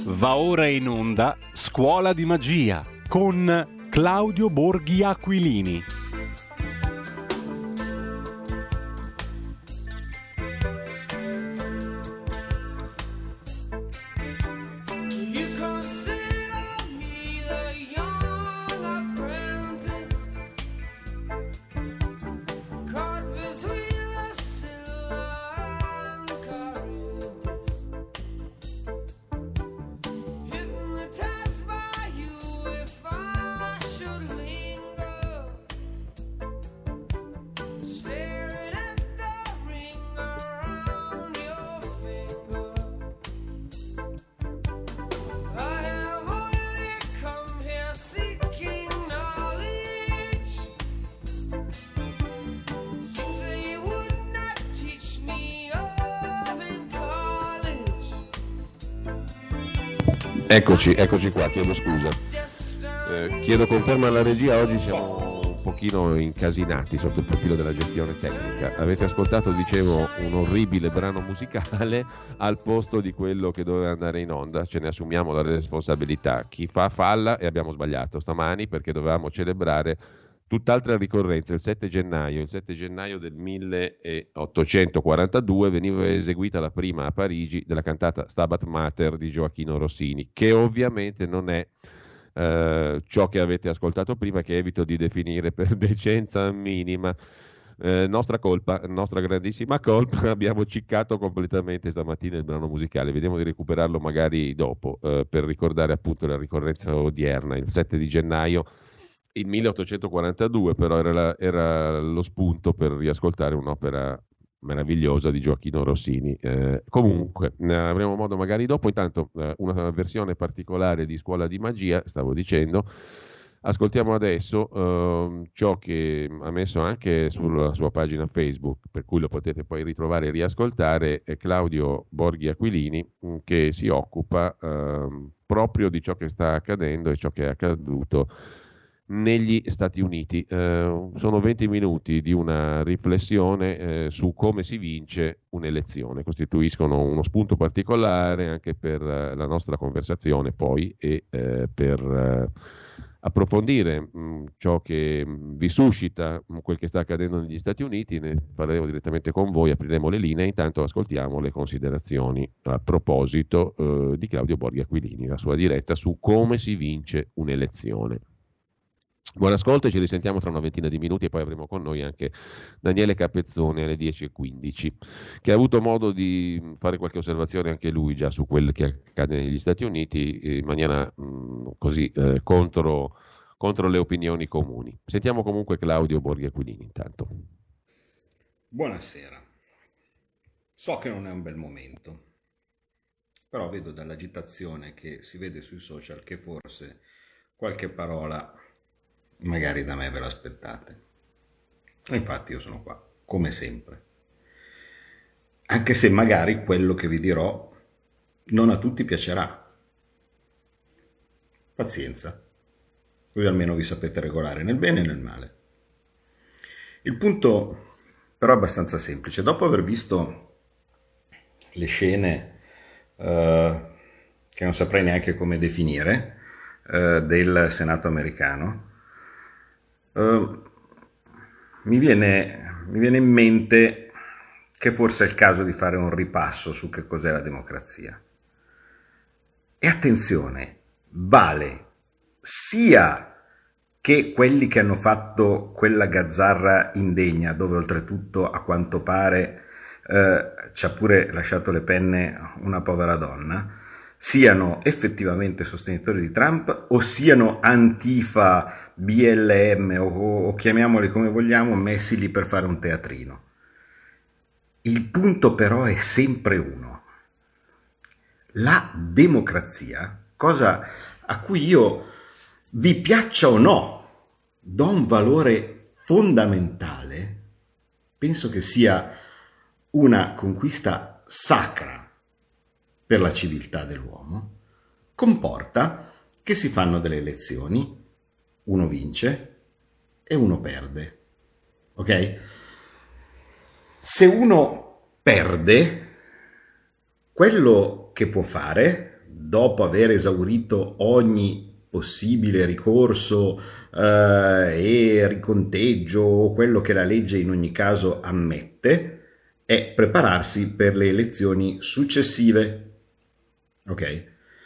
Va ora in onda Scuola di Magia con Claudio Borghi Aquilini. Eccoci qua, chiedo scusa. Chiedo conferma alla regia, oggi siamo un pochino incasinati sotto il profilo della gestione tecnica. Avete ascoltato, dicevo, un orribile brano musicale al posto di quello che doveva andare in onda, ce ne assumiamo la responsabilità. Chi fa falla e abbiamo sbagliato stamani perché dovevamo celebrare tutt'altra ricorrenza. Il 7 gennaio del 1842 veniva eseguita la prima a Parigi della cantata Stabat Mater di Gioachino Rossini, che ovviamente non è ciò che avete ascoltato prima, che evito di definire per decenza minima. Nostra colpa, nostra grandissima colpa, abbiamo ciccato completamente stamattina il brano musicale. Vediamo di recuperarlo magari dopo, per ricordare appunto la ricorrenza odierna, il 7 di gennaio. Il 1842 però era lo spunto per riascoltare un'opera meravigliosa di Gioachino Rossini. Comunque, avremo modo magari dopo. Intanto una versione particolare di Scuola di Magia, stavo dicendo. Ascoltiamo adesso ciò che ha messo anche sulla sua pagina Facebook, per cui lo potete poi ritrovare e riascoltare, è Claudio Borghi Aquilini, che si occupa proprio di ciò che sta accadendo e ciò che è accaduto negli Stati Uniti. Sono 20 minuti di una riflessione su come si vince un'elezione, costituiscono uno spunto particolare anche per la nostra conversazione poi e per approfondire ciò che vi suscita quel che sta accadendo negli Stati Uniti. Ne parleremo direttamente con voi, apriremo le linee, intanto ascoltiamo le considerazioni a proposito di Claudio Borghi Aquilini, la sua diretta su come si vince un'elezione. Buon ascolto e ci risentiamo tra una ventina di minuti, e poi avremo con noi anche Daniele Capezzone alle 10:15, che ha avuto modo di fare qualche osservazione anche lui già su quel che accade negli Stati Uniti in maniera così contro le opinioni comuni. Sentiamo comunque Claudio Borghi Aquilini intanto. Buonasera. So che non è un bel momento, però vedo dall'agitazione che si vede sui social che forse qualche parola magari da me ve l'aspettate. Infatti io sono qua, come sempre. Anche se magari quello che vi dirò non a tutti piacerà. Pazienza, così almeno vi sapete regolare nel bene e nel male. Il punto però è abbastanza semplice. Dopo aver visto le scene che non saprei neanche come definire del Senato americano, mi viene in mente che forse è il caso di fare un ripasso su che cos'è la democrazia. E attenzione, vale sia che quelli che hanno fatto quella gazzarra indegna, dove oltretutto a quanto pare ci ha pure lasciato le penne una povera donna, siano effettivamente sostenitori di Trump o siano Antifa, BLM o chiamiamoli come vogliamo, messi lì per fare un teatrino. Il punto però è sempre uno. La democrazia, cosa a cui io, vi piaccia o no, do un valore fondamentale, penso che sia una conquista sacra per la civiltà dell'uomo, comporta che si fanno delle elezioni, uno vince e uno perde, ok? Se uno perde, quello che può fare, dopo aver esaurito ogni possibile ricorso e riconteggio o quello che la legge in ogni caso ammette, è prepararsi per le elezioni successive. Ok?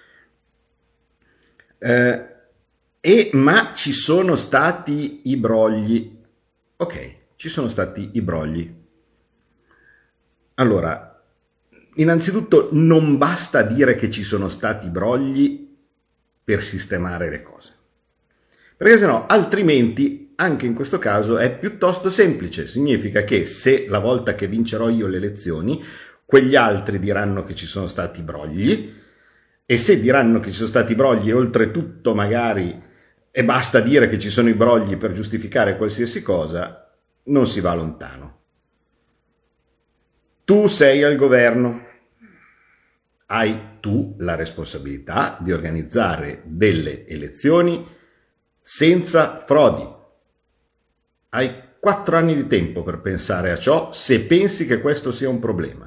Ma ci sono stati i brogli. Ok, ci sono stati i brogli. Allora, innanzitutto non basta dire che ci sono stati brogli per sistemare le cose, perché sennò altrimenti anche in questo caso è piuttosto semplice. Significa che se la volta che vincerò io le elezioni, quegli altri diranno che ci sono stati brogli, e se diranno che ci sono stati brogli e oltretutto magari e basta dire che ci sono i brogli per giustificare qualsiasi cosa, non si va lontano. Tu sei al governo, hai tu la responsabilità di organizzare delle elezioni senza frodi. Hai 4 anni di tempo per pensare a ciò, se pensi che questo sia un problema.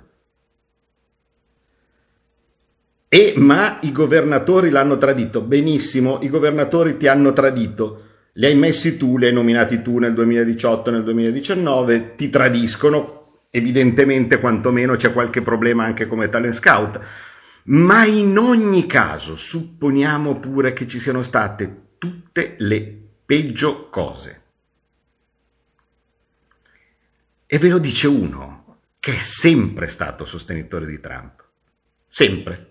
Ma i governatori l'hanno tradito. Benissimo, i governatori ti hanno tradito. Li hai messi tu, li hai nominati tu nel 2018, nel 2019, ti tradiscono. Evidentemente, quantomeno, c'è qualche problema anche come talent scout. Ma in ogni caso, supponiamo pure che ci siano state tutte le peggio cose. E ve lo dice uno che è sempre stato sostenitore di Trump. Sempre.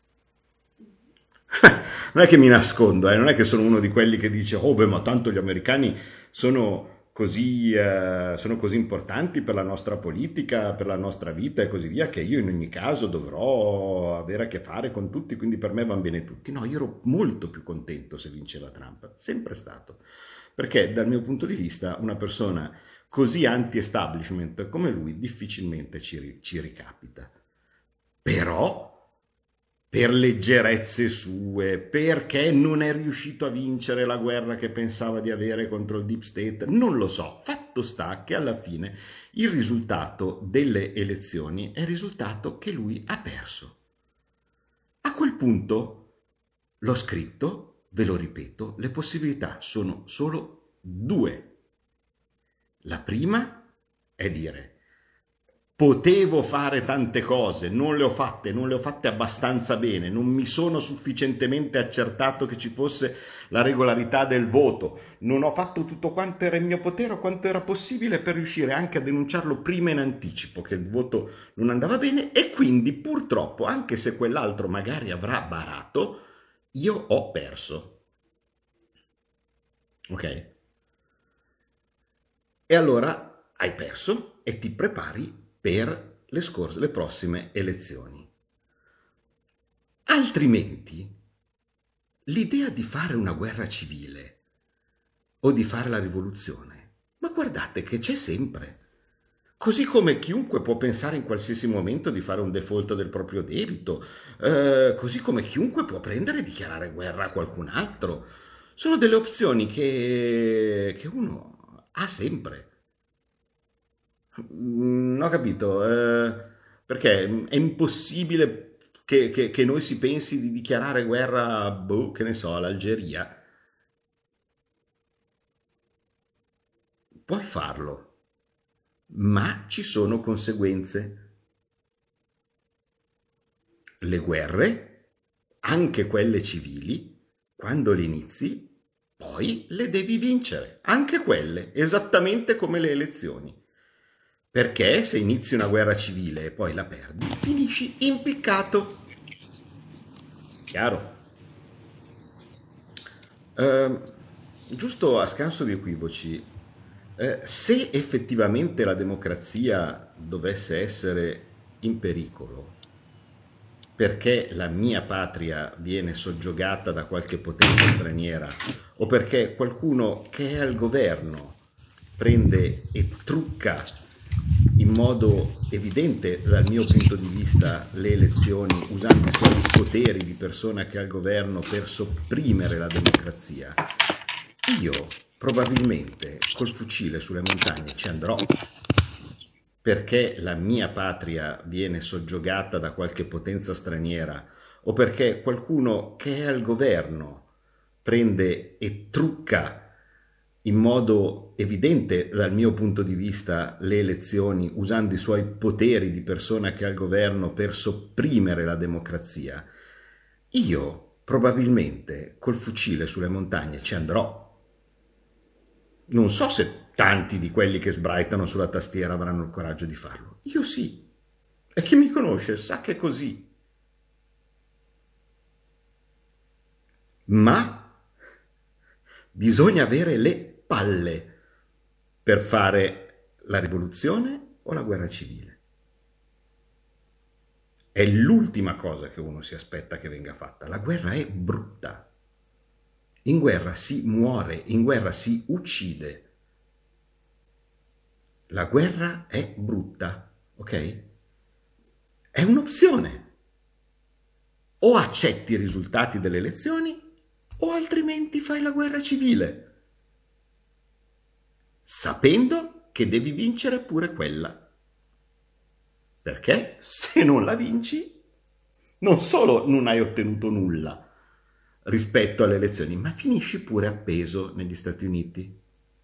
Non è che mi nascondo, non è che sono uno di quelli che dice ma tanto gli americani sono così importanti per la nostra politica, per la nostra vita e così via, che io in ogni caso dovrò avere a che fare con tutti, quindi per me van bene tutti. No, io ero molto più contento se vinceva Trump, sempre stato, perché dal mio punto di vista una persona così anti-establishment come lui difficilmente ci ricapita. Però per leggerezze sue, perché non è riuscito a vincere la guerra che pensava di avere contro il Deep State, non lo so. Fatto sta che alla fine il risultato delle elezioni è il risultato che lui ha perso. A quel punto, l'ho scritto, ve lo ripeto, le possibilità sono solo 2. La prima è dire: potevo fare tante cose, non le ho fatte abbastanza bene, non mi sono sufficientemente accertato che ci fosse la regolarità del voto, non ho fatto tutto quanto era in mio potere o quanto era possibile per riuscire anche a denunciarlo prima in anticipo che il voto non andava bene, e quindi purtroppo, anche se quell'altro magari avrà barato, io ho perso. Ok? E allora hai perso e ti prepari per le prossime elezioni. Altrimenti, l'idea di fare una guerra civile o di fare la rivoluzione, ma guardate che c'è sempre. Così come chiunque può pensare in qualsiasi momento di fare un default del proprio debito, così come chiunque può prendere e dichiarare guerra a qualcun altro. Sono delle opzioni che uno ha sempre. Non ho capito, perché è impossibile che noi si pensi di dichiarare guerra, che ne so, all'Algeria. Puoi farlo, ma ci sono conseguenze. Le guerre, anche quelle civili, quando le inizi, poi le devi vincere, anche quelle, esattamente come le elezioni. Perché se inizi una guerra civile e poi la perdi, finisci impiccato. Chiaro? Giusto a scanso di equivoci, se effettivamente la democrazia dovesse essere in pericolo, perché la mia patria viene soggiogata da qualche potenza straniera, o perché qualcuno che è al governo prende e trucca in modo evidente dal mio punto di vista le elezioni, usando i suoi poteri di persona che è al governo per sopprimere la democrazia, io probabilmente col fucile sulle montagne ci andrò, perché la mia patria viene soggiogata da qualche potenza straniera o perché qualcuno che è al governo prende e trucca in modo evidente dal mio punto di vista le elezioni usando i suoi poteri di persona che è al governo per sopprimere la democrazia, io probabilmente col fucile sulle montagne ci andrò. Non so se tanti di quelli che sbraitano sulla tastiera avranno il coraggio di farlo. Io sì. E chi mi conosce sa che è così. Ma bisogna avere le palle per fare la rivoluzione o la guerra civile. È l'ultima cosa che uno si aspetta che venga fatta. La guerra è brutta. In guerra si muore, in guerra si uccide. La guerra è brutta, ok? È un'opzione. O accetti i risultati delle elezioni o altrimenti fai la guerra civile, sapendo che devi vincere pure quella. Perché se non la vinci, non solo non hai ottenuto nulla rispetto alle elezioni, ma finisci pure appeso negli Stati Uniti.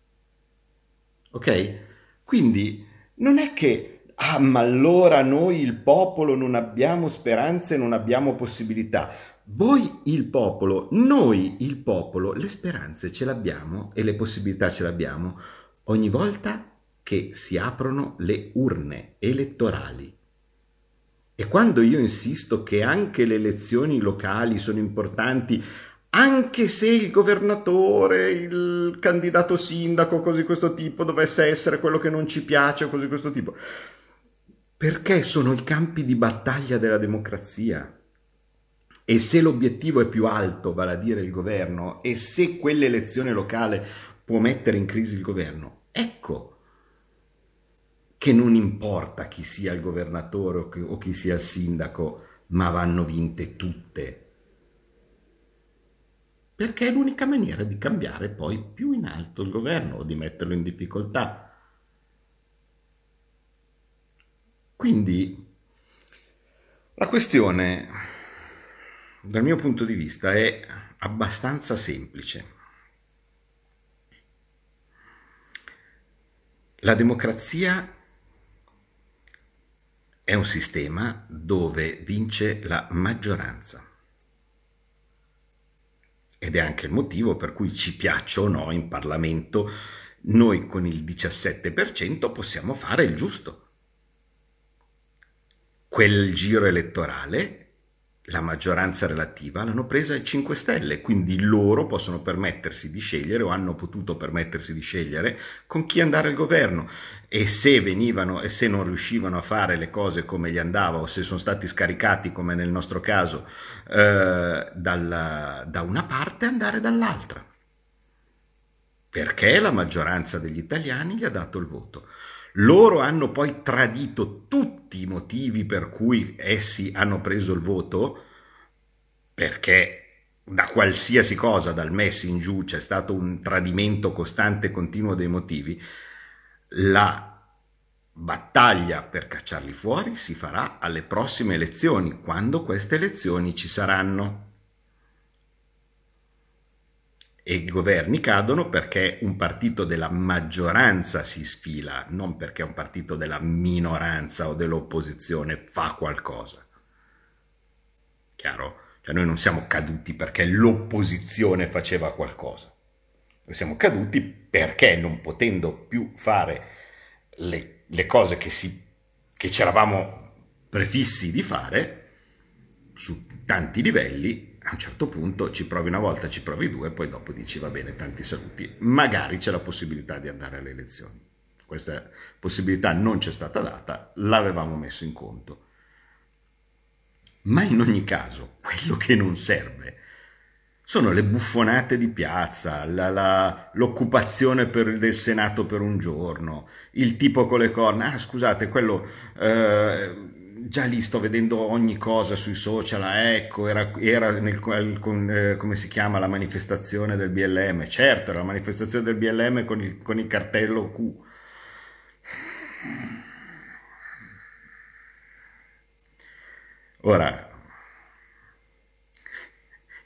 Ok? Quindi non è che ma allora noi il popolo non abbiamo speranze, non abbiamo possibilità. Voi il popolo, noi il popolo, le speranze ce l'abbiamo e le possibilità ce l'abbiamo ogni volta che si aprono le urne elettorali. E quando io insisto che anche le elezioni locali sono importanti, anche se il governatore, il candidato sindaco, così questo tipo, dovesse essere quello che non ci piace, così questo tipo, perché sono i campi di battaglia della democrazia. E se l'obiettivo è più alto, vale a dire il governo, e se quell'elezione locale può mettere in crisi il governo, ecco che non importa chi sia il governatore o chi sia il sindaco, ma vanno vinte tutte. Perché è l'unica maniera di cambiare poi più in alto il governo o di metterlo in difficoltà. Quindi la questione, dal mio punto di vista, è abbastanza semplice. La democrazia è un sistema dove vince la maggioranza. Ed è anche il motivo per cui, ci piaccia o no, in Parlamento noi con il 17% possiamo fare il giusto. Quel giro elettorale, la maggioranza relativa l'hanno presa i 5 Stelle, quindi loro possono permettersi di scegliere o hanno potuto permettersi di scegliere con chi andare al governo, e se venivano e se non riuscivano a fare le cose come gli andava o se sono stati scaricati come nel nostro caso da una parte, andare dall'altra, perché la maggioranza degli italiani gli ha dato il voto. Loro hanno poi tradito tutti i motivi per cui essi hanno preso il voto, perché da qualsiasi cosa, dal MES in giù, c'è stato un tradimento costante e continuo dei motivi. La battaglia per cacciarli fuori si farà alle prossime elezioni, quando queste elezioni ci saranno. E i governi cadono perché un partito della maggioranza si sfila, non perché un partito della minoranza o dell'opposizione fa qualcosa. Chiaro? Cioè noi non siamo caduti perché l'opposizione faceva qualcosa. Noi siamo caduti perché, non potendo più fare le cose che ci eravamo prefissi di fare su tanti livelli, a un certo punto ci provi una volta, ci provi due, poi dopo dici va bene, tanti saluti, magari c'è la possibilità di andare alle elezioni. Questa possibilità non ci è stata data, l'avevamo messo in conto. Ma in ogni caso, quello che non serve sono le buffonate di piazza, l'occupazione del Senato per un giorno, il tipo con le corna, scusate, quello... già lì sto vedendo ogni cosa sui social, ecco, era come si chiama la manifestazione del BLM? Certo, era la manifestazione del BLM con il cartello Q. Ora,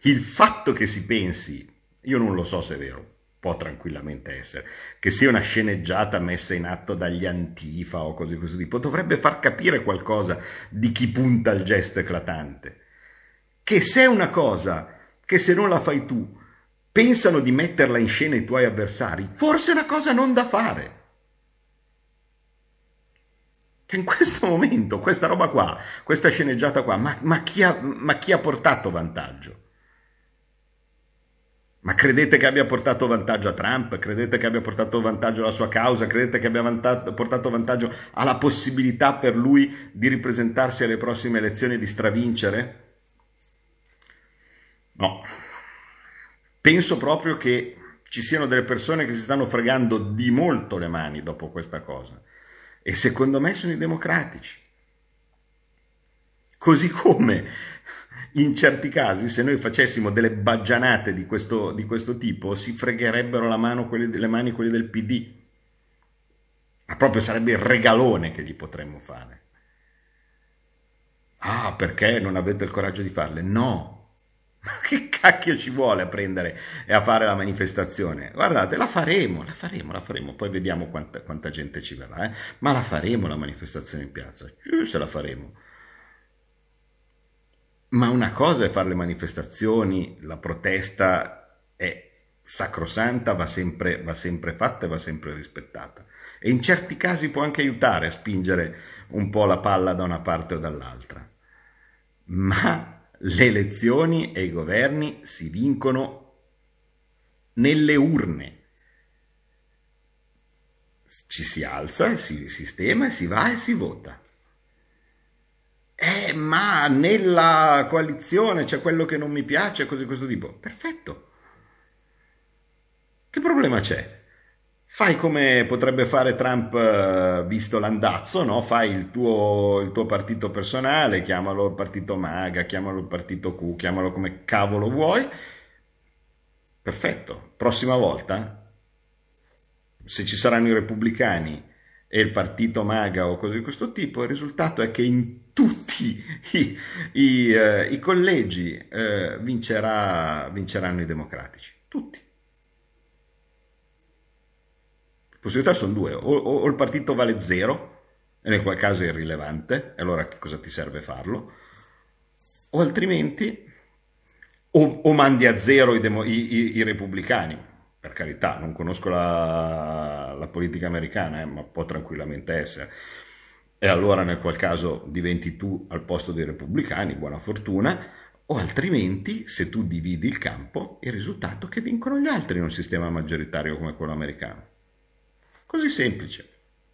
il fatto che si pensi, io non lo so se è vero, può tranquillamente essere, che sia una sceneggiata messa in atto dagli Antifa o cose di questo tipo, dovrebbe far capire qualcosa di chi punta al gesto eclatante. Che se è una cosa che se non la fai tu pensano di metterla in scena i tuoi avversari, forse è una cosa non da fare. Che in questo momento, questa roba qua, questa sceneggiata qua, ma chi ha portato vantaggio? Ma credete che abbia portato vantaggio a Trump? Credete che abbia portato vantaggio alla sua causa? Credete che abbia portato vantaggio alla possibilità per lui di ripresentarsi alle prossime elezioni e di stravincere? No. Penso proprio che ci siano delle persone che si stanno fregando di molto le mani dopo questa cosa. E secondo me sono i democratici. Così come in certi casi, se noi facessimo delle baggianate di questo tipo, si fregherebbero le mani quelli del PD. Ma proprio sarebbe il regalone che gli potremmo fare. Ah, perché non avete il coraggio di farle? No. Ma che cacchio ci vuole a prendere e a fare la manifestazione? Guardate, la faremo, poi vediamo quanta gente ci verrà, ma la faremo la manifestazione in piazza, se la faremo. Ma una cosa è fare le manifestazioni, la protesta è sacrosanta, va sempre fatta e va sempre rispettata. E in certi casi può anche aiutare a spingere un po' la palla da una parte o dall'altra. Ma le elezioni e i governi si vincono nelle urne. Ci si alza, si sistema e si va e si vota. Ma nella coalizione c'è quello che non mi piace, cose di questo tipo. Perfetto. Che problema c'è? Fai come potrebbe fare Trump visto l'andazzo, no? Fai il tuo partito personale, chiamalo il partito MAGA, chiamalo il partito Q, chiamalo come cavolo vuoi. Perfetto. Prossima volta, se ci saranno i repubblicani e il partito MAGA o cose di questo tipo, il risultato è che in tutti i collegi vinceranno i democratici. Tutti. Le possibilità sono due, o il partito vale zero, e nel qual caso è irrilevante, e allora che cosa ti serve farlo? O altrimenti, o mandi a zero i repubblicani. Per carità, non conosco la politica americana, ma può tranquillamente essere. E allora nel qual caso diventi tu al posto dei repubblicani, buona fortuna, o altrimenti, se tu dividi il campo, il risultato è che vincono gli altri in un sistema maggioritario come quello americano. Così semplice.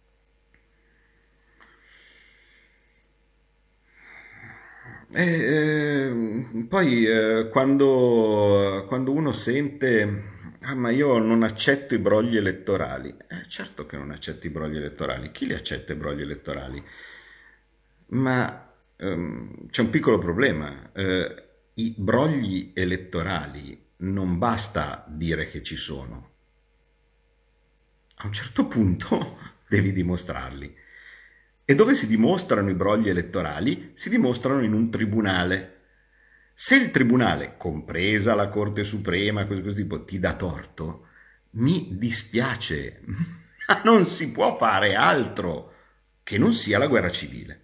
Poi quando uno sente... ma io non accetto i brogli elettorali. Certo che non accetto i brogli elettorali. Chi li accetta i brogli elettorali? Ma c'è un piccolo problema. I brogli elettorali non basta dire che ci sono. A un certo punto devi dimostrarli. E dove si dimostrano i brogli elettorali? Si dimostrano in un tribunale. Se il tribunale, compresa la Corte Suprema, questo tipo, ti dà torto, mi dispiace, ma non si può fare altro che non sia la guerra civile.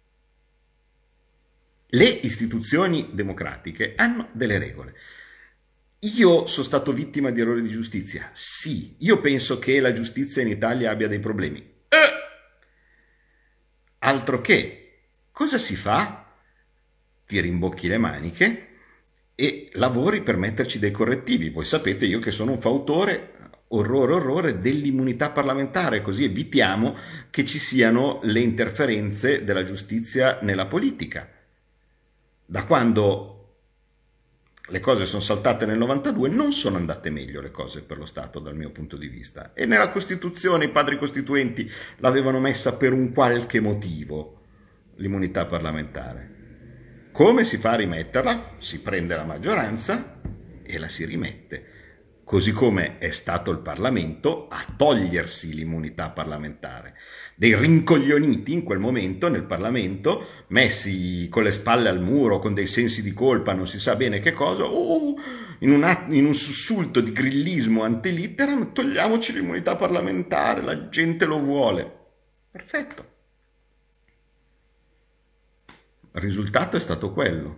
Le istituzioni democratiche hanno delle regole. Io sono stato vittima di errori di giustizia? Sì. Io penso che la giustizia in Italia abbia dei problemi. Altro che. Cosa si fa? Ti rimbocchi le maniche e lavori per metterci dei correttivi. Voi sapete io che sono un fautore, orrore, dell'immunità parlamentare, così evitiamo che ci siano le interferenze della giustizia nella politica. Da quando le cose sono saltate nel 92 non sono andate meglio le cose per lo Stato dal mio punto di vista. E nella Costituzione i padri costituenti l'avevano messa per un qualche motivo, l'immunità parlamentare. Come si fa a rimetterla? Si prende la maggioranza e la si rimette. così come è stato il Parlamento a togliersi l'immunità parlamentare. Dei rincoglioniti in quel momento nel Parlamento, messi con le spalle al muro, con dei sensi di colpa, non si sa bene che cosa, in un sussulto di grillismo ante litteram, togliamoci l'immunità parlamentare, la gente lo vuole. Perfetto. Il risultato è stato quello.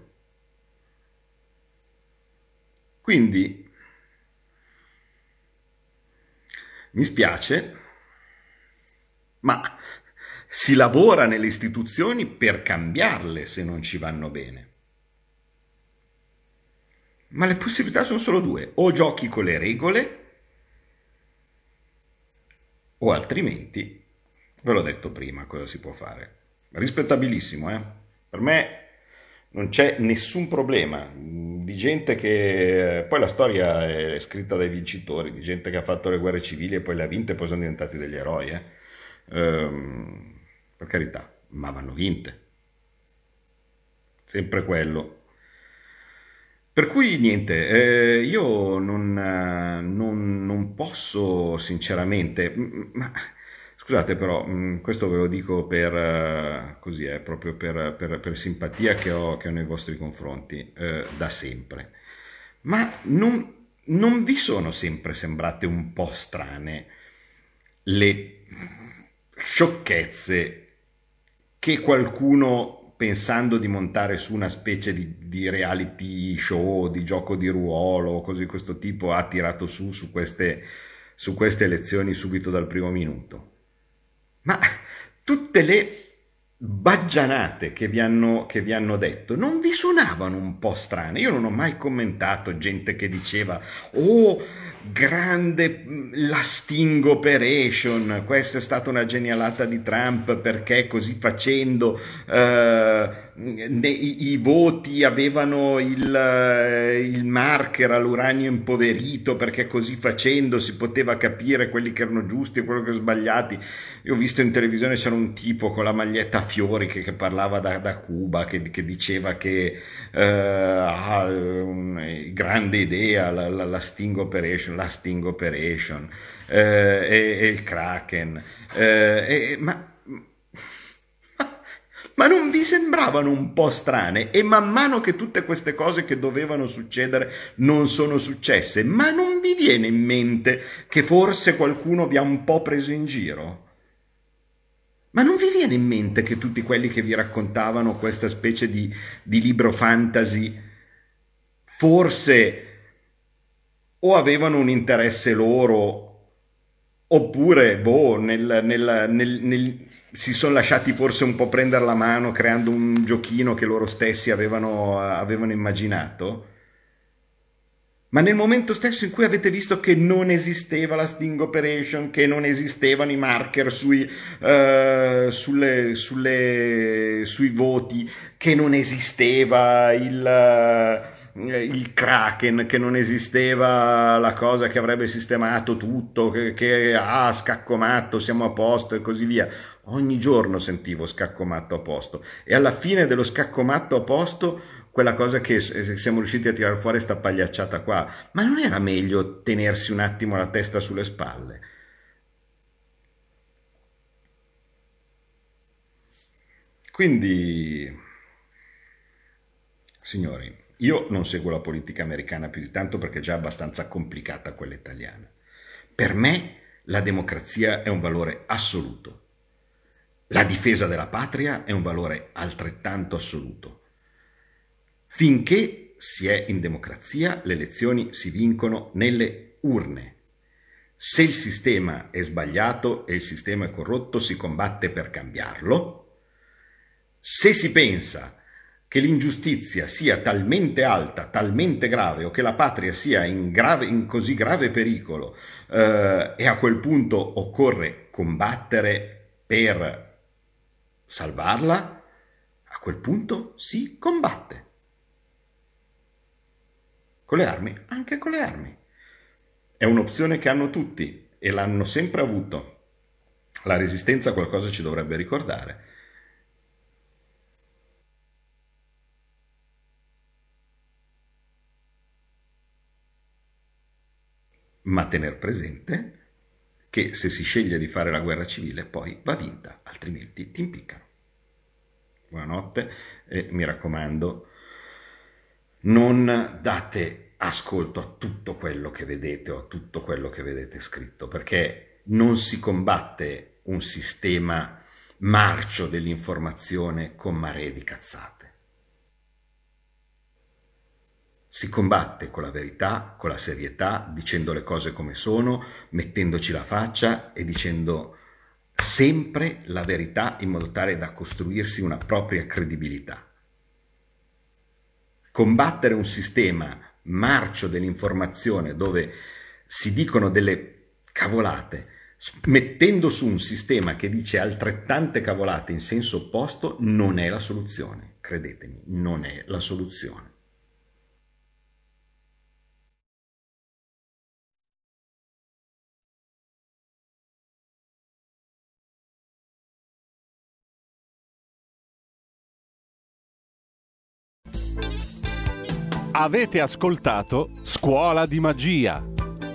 Quindi mi spiace, ma si lavora nelle istituzioni per cambiarle se non ci vanno bene. Ma le possibilità sono solo due: o giochi con le regole o altrimenti, ve l'ho detto prima cosa si può fare. Rispettabilissimo, Per me non c'è nessun problema di gente che poi la storia è scritta dai vincitori, di gente che ha fatto le guerre civili e poi le ha vinte e poi sono diventati degli eroi, per carità, ma vanno vinte. Sempre quello. Per cui niente, io non posso sinceramente, ma scusate però, questo ve lo dico per così, proprio per simpatia che ho nei vostri confronti, da sempre. Ma non vi sono sempre sembrate un po' strane le sciocchezze che qualcuno, pensando di montare su una specie di reality show, di gioco di ruolo, così questo tipo, ha tirato su queste elezioni subito dal primo minuto? Ma tutte le baggianate che vi hanno detto non vi suonavano un po' strane? Io non ho mai commentato gente che diceva grande la Sting Operation, questa è stata una genialata di Trump perché così facendo i voti avevano il marker all'uranio impoverito, perché così facendo si poteva capire quelli che erano giusti e quelli che erano sbagliati. Io ho visto in televisione, c'era un tipo con la maglietta a fiori che parlava da Cuba, che diceva che grande idea la Sting Operation, e il Kraken, ma non vi sembravano un po' strane? E man mano che tutte queste cose che dovevano succedere non sono successe, ma non vi viene in mente che forse qualcuno vi ha un po' preso in giro? Ma non vi viene in mente che tutti quelli che vi raccontavano questa specie di libro fantasy forse o avevano un interesse loro, oppure si sono lasciati forse un po' prendere la mano creando un giochino che loro stessi avevano immaginato? Ma nel momento stesso in cui avete visto che non esisteva la Sting Operation, che non esistevano i marker sui voti, che non esisteva il Kraken, che non esisteva la cosa che avrebbe sistemato tutto, che scacco matto, siamo a posto e così via. Ogni giorno sentivo scacco matto a posto, e alla fine dello scacco matto a posto quella cosa che siamo riusciti a tirare fuori, sta pagliacciata qua. Ma non era meglio tenersi un attimo la testa sulle spalle? Quindi, signori, io non seguo la politica americana più di tanto perché è già abbastanza complicata quella italiana. Per me la democrazia è un valore assoluto. La difesa della patria è un valore altrettanto assoluto. Finché si è in democrazia, le elezioni si vincono nelle urne. Se il sistema è sbagliato e il sistema è corrotto, si combatte per cambiarlo. Se si pensa che l'ingiustizia sia talmente alta, talmente grave, o che la patria sia in così grave pericolo, e a quel punto occorre combattere per salvarla, a quel punto si combatte. Con le armi, anche con le armi. È un'opzione che hanno tutti e l'hanno sempre avuto. La resistenza qualcosa ci dovrebbe ricordare. ma tener presente che se si sceglie di fare la guerra civile poi va vinta, altrimenti ti impiccano. Buonanotte e mi raccomando, non date ascolto a tutto quello che vedete o a tutto quello che vedete scritto, perché non si combatte un sistema marcio dell'informazione con maree di cazzate. Si combatte con la verità, con la serietà, dicendo le cose come sono, mettendoci la faccia e dicendo sempre la verità in modo tale da costruirsi una propria credibilità. Combattere un sistema marcio dell'informazione dove si dicono delle cavolate, mettendo su un sistema che dice altrettante cavolate in senso opposto, non è la soluzione. Credetemi, non è la soluzione. Avete ascoltato Scuola di Magia.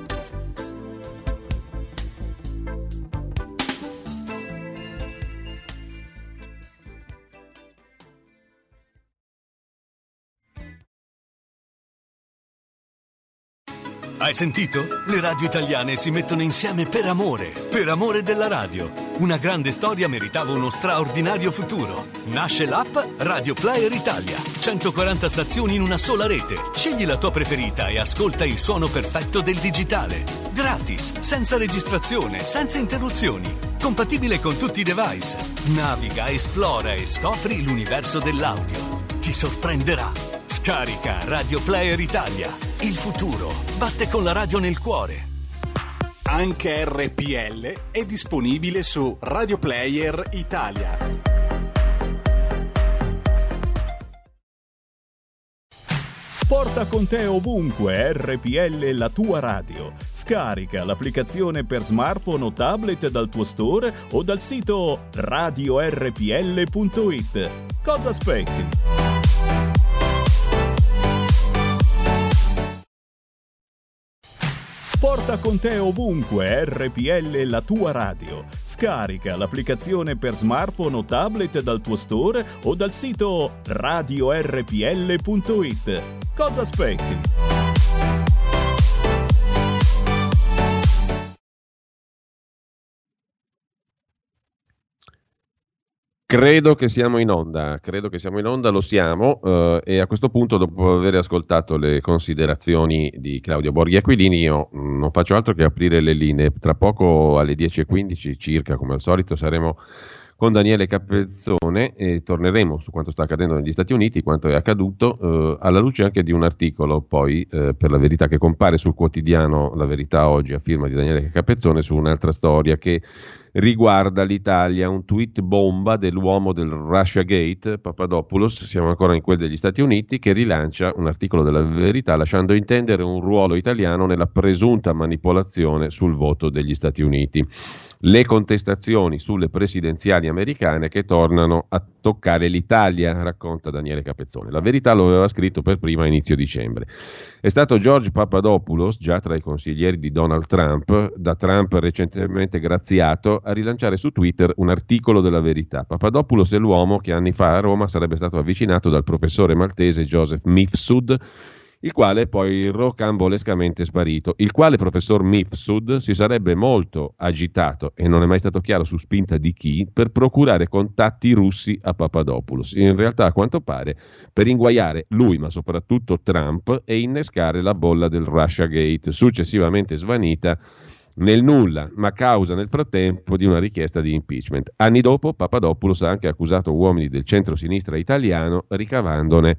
Hai sentito? Le radio italiane si mettono insieme per amore della radio. Una grande storia meritava uno straordinario futuro. Nasce l'app Radio Player Italia. 140 stazioni in una sola rete. Scegli la tua preferita e ascolta il suono perfetto del digitale. Gratis, senza registrazione, senza interruzioni. Compatibile con tutti i device. Naviga, esplora e scopri l'universo dell'audio. Ti sorprenderà. Scarica Radio Player Italia. Il futuro batte con la radio nel cuore. Anche RPL è disponibile su Radio Player Italia. Porta con te ovunque RPL, la tua radio. Scarica l'applicazione per smartphone o tablet dal tuo store o dal sito radiorpl.it. Cosa aspetti? Porta con te ovunque RPL, la tua radio. Scarica l'applicazione per smartphone o tablet dal tuo store o dal sito radiorpl.it. Cosa aspetti? Credo che siamo in onda, lo siamo, e a questo punto, dopo aver ascoltato le considerazioni di Claudio Borghi Aquilini, io non faccio altro che aprire le linee. Tra poco alle 10:15 circa, come al solito, saremo con Daniele Capezzone e torneremo su quanto sta accadendo negli Stati Uniti, quanto è accaduto, alla luce anche di un articolo poi per La Verità che compare sul quotidiano La Verità oggi a firma di Daniele Capezzone su un'altra storia che riguarda l'Italia, un tweet bomba dell'uomo del Russiagate, Papadopoulos, siamo ancora in quel degli Stati Uniti, che rilancia un articolo della Verità lasciando intendere un ruolo italiano nella presunta manipolazione sul voto degli Stati Uniti. Le contestazioni sulle presidenziali americane che tornano a toccare l'Italia, racconta Daniele Capezzone. La Verità lo aveva scritto per prima a inizio dicembre. È stato George Papadopoulos, già tra i consiglieri di Donald Trump, da Trump recentemente graziato, a rilanciare su Twitter un articolo della Verità. Papadopoulos è l'uomo che anni fa a Roma sarebbe stato avvicinato dal professore maltese Joseph Mifsud, il quale è poi rocambolescamente sparito, il quale professor Mifsud si sarebbe molto agitato, e non è mai stato chiaro su spinta di chi, per procurare contatti russi a Papadopoulos. In realtà, a quanto pare, per inguaiare lui, ma soprattutto Trump, e innescare la bolla del Russiagate, successivamente svanita nel nulla, ma causa nel frattempo di una richiesta di impeachment. Anni dopo, Papadopoulos ha anche accusato uomini del centro-sinistra italiano, ricavandone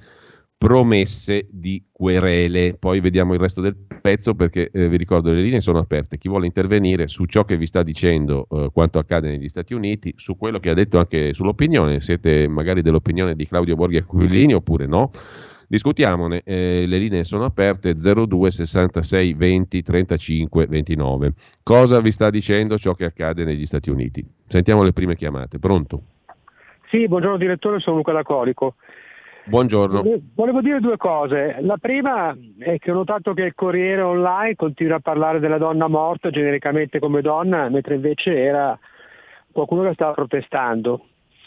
promesse di querele. Poi vediamo il resto del pezzo, perché vi ricordo le linee sono aperte. Chi vuole intervenire su ciò che vi sta dicendo quanto accade negli Stati Uniti, su quello che ha detto anche sull'opinione, siete magari dell'opinione di Claudio Borghi Aquilini oppure no, discutiamone. Le linee sono aperte, 02 66 20 35 29. Cosa vi sta dicendo ciò che accade negli Stati Uniti? Sentiamo le prime chiamate. Pronto? Sì, buongiorno direttore, sono Luca Lacolico. Buongiorno. Volevo dire due cose. La prima è che ho notato che il Corriere Online continua a parlare della donna morta genericamente come donna, mentre invece era qualcuno che stava protestando.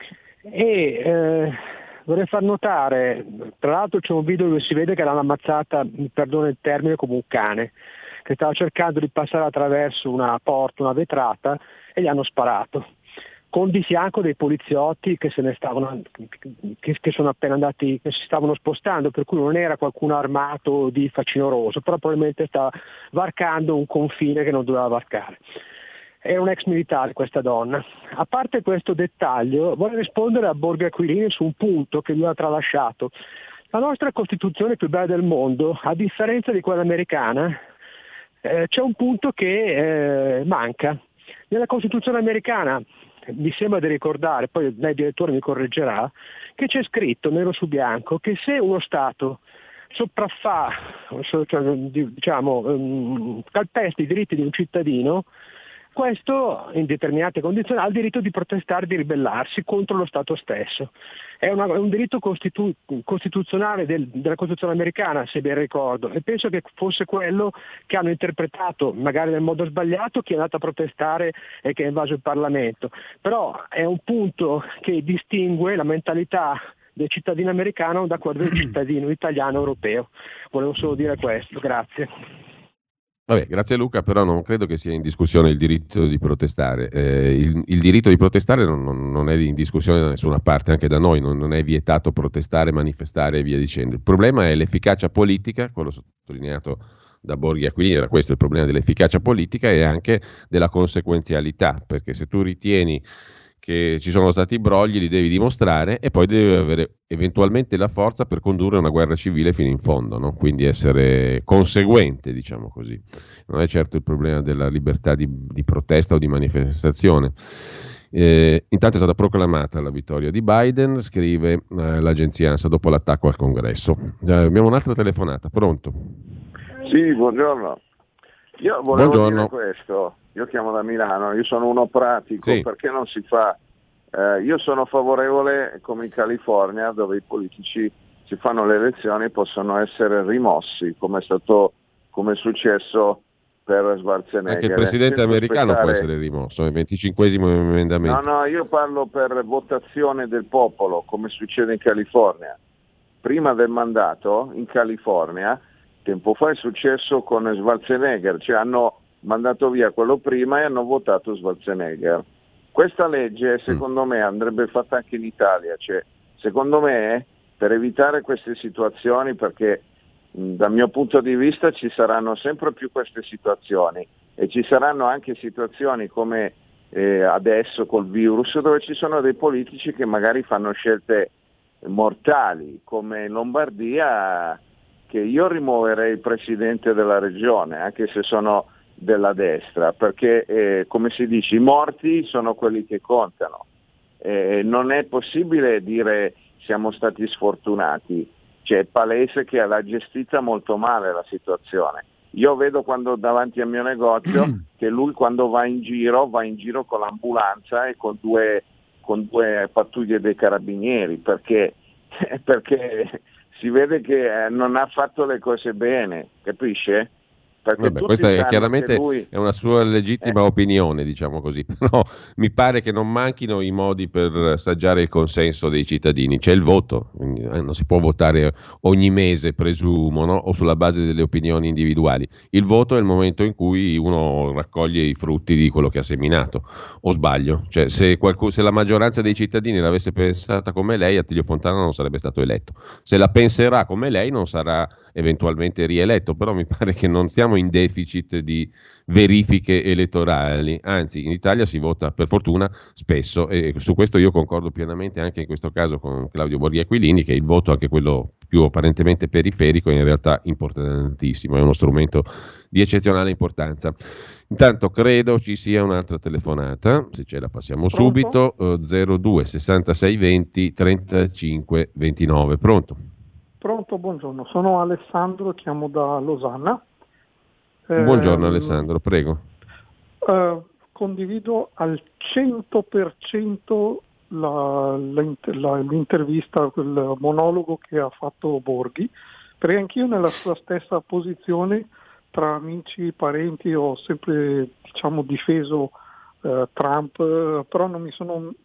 E vorrei far notare, tra l'altro c'è un video dove si vede che l'hanno ammazzata, mi perdono il termine, come un cane, che stava cercando di passare attraverso una porta, una vetrata, e gli hanno sparato, con di fianco dei poliziotti che che sono appena andati, che si stavano spostando, per cui non era qualcuno armato di facinoroso, però probabilmente stava varcando un confine che non doveva varcare. Era un ex militare questa donna. A parte questo dettaglio, voglio rispondere a Borghi Aquilini su un punto che lui ha tralasciato. La nostra Costituzione più bella del mondo, a differenza di quella americana, c'è un punto che manca. Nella Costituzione americana mi sembra di ricordare, poi lei direttore mi correggerà, che c'è scritto nero su bianco che se uno Stato sopraffà, calpesta i diritti di un cittadino, questo in determinate condizioni ha il diritto di protestare, di ribellarsi contro lo Stato stesso. È un diritto costituzionale della Costituzione americana, se ben ricordo, e penso che fosse quello che hanno interpretato, magari nel modo sbagliato, chi è andato a protestare e che ha invaso il Parlamento. Però è un punto che distingue la mentalità del cittadino americano da quella del cittadino italiano europeo. Volevo solo dire questo, grazie. Vabbè, grazie Luca, però non credo che sia in discussione il diritto di protestare. Il diritto di protestare non è in discussione da nessuna parte, anche da noi non è vietato protestare, manifestare e via dicendo. Il problema è l'efficacia politica, quello sottolineato da Borghi Aquilini, era questo il problema dell'efficacia politica e anche della conseguenzialità, perché se tu ritieni che ci sono stati brogli li devi dimostrare e poi devi avere eventualmente la forza per condurre una guerra civile fino in fondo, no? Quindi essere conseguente, diciamo così. Non è certo il problema della libertà di protesta o di manifestazione. Intanto è stata proclamata la vittoria di Biden, scrive l'agenzia ANSA dopo l'attacco al Congresso. Abbiamo un'altra telefonata, pronto? Sì, buongiorno. Io volevo dire questo, io chiamo da Milano, io sono uno pratico, sì. Perché non si fa? Io sono favorevole, come in California, dove i politici si fanno le elezioni possono essere rimossi, come è successo per Schwarzenegger. Anche il presidente americano può essere rimosso, il 25esimo emendamento. No, io parlo per votazione del popolo, come succede in California. Prima del mandato, in California, tempo fa è successo con Schwarzenegger, cioè hanno mandato via quello prima e hanno votato Schwarzenegger. Questa legge secondo me andrebbe fatta anche in Italia, cioè secondo me per evitare queste situazioni, perché dal mio punto di vista ci saranno sempre più queste situazioni e ci saranno anche situazioni come adesso col virus, dove ci sono dei politici che magari fanno scelte mortali, come in Lombardia, che io rimuoverei il presidente della regione, anche se sono della destra, perché come si dice, i morti sono quelli che contano. Non è possibile dire siamo stati sfortunati, cioè è palese che l'ha gestita molto male la situazione. Io vedo quando davanti al mio negozio che lui quando va in giro con l'ambulanza e con due pattuglie dei carabinieri, perché si vede che non ha fatto le cose bene, capisce? Vabbè, questa è chiaramente è una sua legittima opinione, diciamo così, però mi pare che non manchino i modi per saggiare il consenso dei cittadini. C'è il voto, quindi non si può votare ogni mese, presumo, no? O sulla base delle opinioni individuali. Il voto è il momento in cui uno raccoglie i frutti di quello che ha seminato, o sbaglio? Cioè, se la maggioranza dei cittadini l'avesse pensata come lei, Attilio Fontana non sarebbe stato eletto. Se la penserà come lei non sarà eventualmente rieletto, però mi pare che non siamo in deficit di verifiche elettorali, anzi in Italia si vota per fortuna spesso e su questo io concordo pienamente anche in questo caso con Claudio Borghi Aquilini, che il voto, anche quello più apparentemente periferico, è in realtà importantissimo, è uno strumento di eccezionale importanza. Intanto credo ci sia un'altra telefonata, se ce la passiamo subito. 02 66 20 35 29. Pronto? Pronto, buongiorno, sono Alessandro, chiamo da Losanna. Buongiorno Alessandro, prego. Condivido al 100% l'intervista, quel monologo che ha fatto Borghi, perché anch'io nella sua stessa posizione, tra amici e parenti, ho sempre difeso Trump, però non mi sono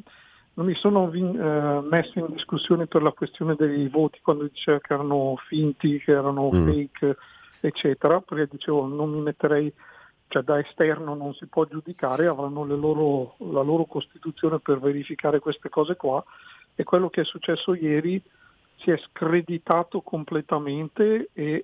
messo in discussione per la questione dei voti, quando diceva che erano finti, che erano fake, eccetera, perché dicevo non mi metterei, cioè da esterno non si può giudicare, avranno la loro Costituzione per verificare queste cose qua, e quello che è successo ieri si è screditato completamente e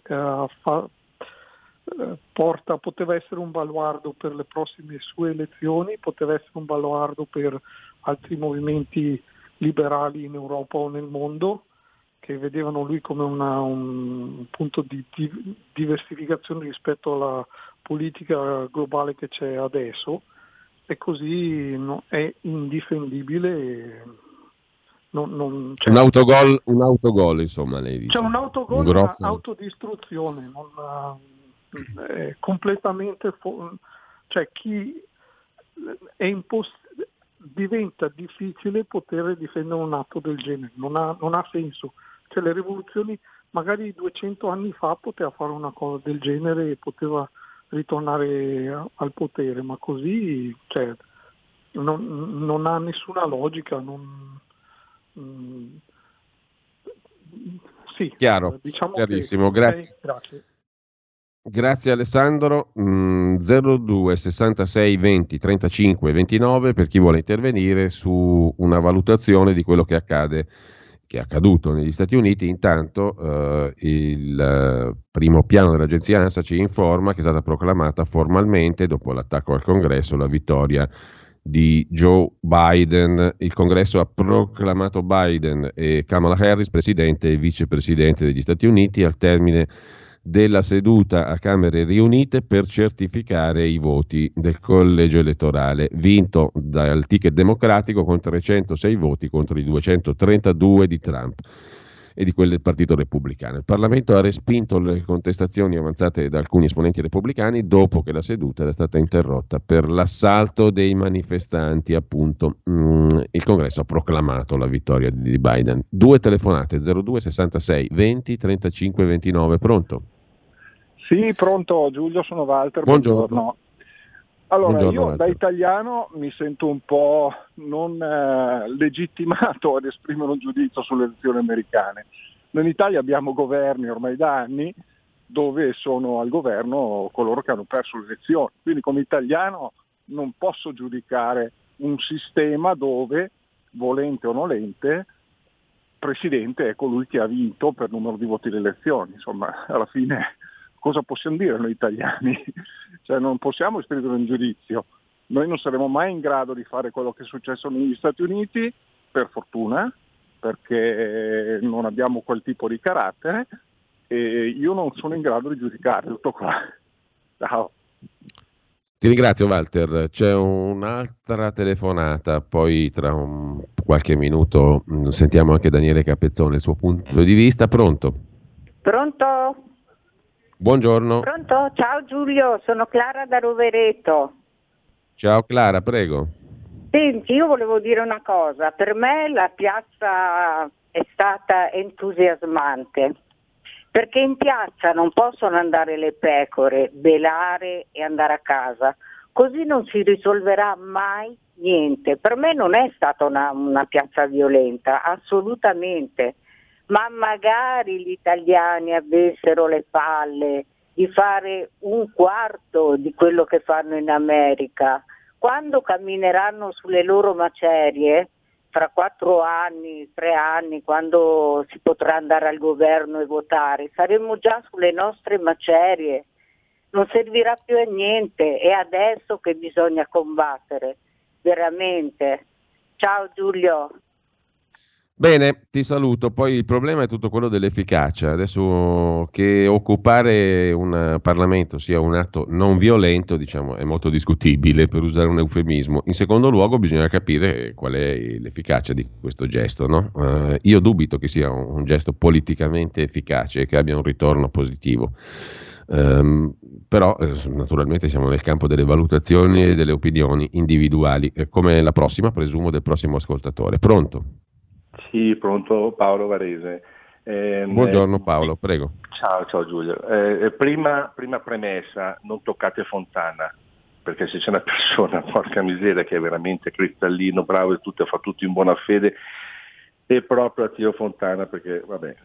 poteva essere un baluardo per le prossime sue elezioni, poteva essere un baluardo per altri movimenti liberali in Europa o nel mondo, che vedevano lui come un punto di diversificazione rispetto alla politica globale che c'è adesso, e così è indifendibile. Un autogol, insomma, lei dice. C'è un autogol, un'autodistruzione, completamente, cioè chi è diventa difficile poter difendere un atto del genere, non ha senso. Cioè le rivoluzioni, magari 200 anni fa poteva fare una cosa del genere e poteva ritornare al potere, ma così non ha nessuna logica. Sì, chiaro, chiarissimo, grazie. Grazie Alessandro. 02 66 20 35 29 per chi vuole intervenire su una valutazione di quello che è accaduto negli Stati Uniti. Intanto il primo piano dell'agenzia ANSA ci informa che è stata proclamata formalmente, dopo l'attacco al Congresso, la vittoria di Joe Biden. Il Congresso ha proclamato Biden e Kamala Harris presidente e vicepresidente degli Stati Uniti al termine della seduta a Camere riunite per certificare i voti del collegio elettorale, vinto dal ticket democratico con 306 voti contro i 232 di Trump e di quelli del Partito Repubblicano. Il Parlamento ha respinto le contestazioni avanzate da alcuni esponenti repubblicani dopo che la seduta era stata interrotta per l'assalto dei manifestanti, appunto. Il Congresso ha proclamato la vittoria di Biden. 2 telefonate, 02 66 20 35 29, pronto? Sì, pronto, Giulio, sono Walter. Buongiorno. Allora, Buongiorno, io Walter. da italiano mi sento un po' non legittimato ad esprimere un giudizio sulle elezioni americane. Noi in Italia abbiamo governi ormai da anni dove sono al governo coloro che hanno perso le elezioni, quindi come italiano non posso giudicare un sistema dove, volente o nolente, presidente è colui che ha vinto per numero di voti le elezioni. Insomma, alla fine cosa possiamo dire noi italiani? Cioè non possiamo esprimere un giudizio. Noi non saremo mai in grado di fare quello che è successo negli Stati Uniti, per fortuna, perché non abbiamo quel tipo di carattere, e io non sono in grado di giudicare. Tutto qua. Ciao. Ti ringrazio Walter, c'è un'altra telefonata, poi tra qualche minuto sentiamo anche Daniele Capezzone, il suo punto di vista. Pronto? Pronto? Buongiorno. Pronto? Ciao Giulio, sono Clara da Rovereto. Ciao Clara, prego. Senti, io volevo dire una cosa. Per me la piazza è stata entusiasmante, perché in piazza non possono andare le pecore, belare e andare a casa. Così non si risolverà mai niente. Per me non è stata una piazza violenta, assolutamente. Ma magari gli italiani avessero le palle di fare un quarto di quello che fanno in America. Quando cammineranno sulle loro macerie, fra 4 anni, 3 anni, quando si potrà andare al governo e votare, saremo già sulle nostre macerie. Non servirà più a niente, è adesso che bisogna combattere, veramente. Ciao Giulio. Bene, ti saluto. Poi il problema è tutto quello dell'efficacia. Adesso che occupare un Parlamento sia un atto non violento, diciamo, è molto discutibile, per usare un eufemismo. In secondo luogo bisogna capire qual è l'efficacia di questo gesto, no? Io dubito che sia un gesto politicamente efficace e che abbia un ritorno positivo. Però naturalmente siamo nel campo delle valutazioni e delle opinioni individuali, come la prossima, presumo, del prossimo ascoltatore. Pronto? Sì, pronto, Paolo Varese. Buongiorno Paolo, prego. Ciao Giulio. Prima premessa, non toccate Fontana, perché se c'è una persona, porca miseria, che è veramente cristallino, bravo e tutto, fa tutto in buona fede, è proprio Attila Fontana, perché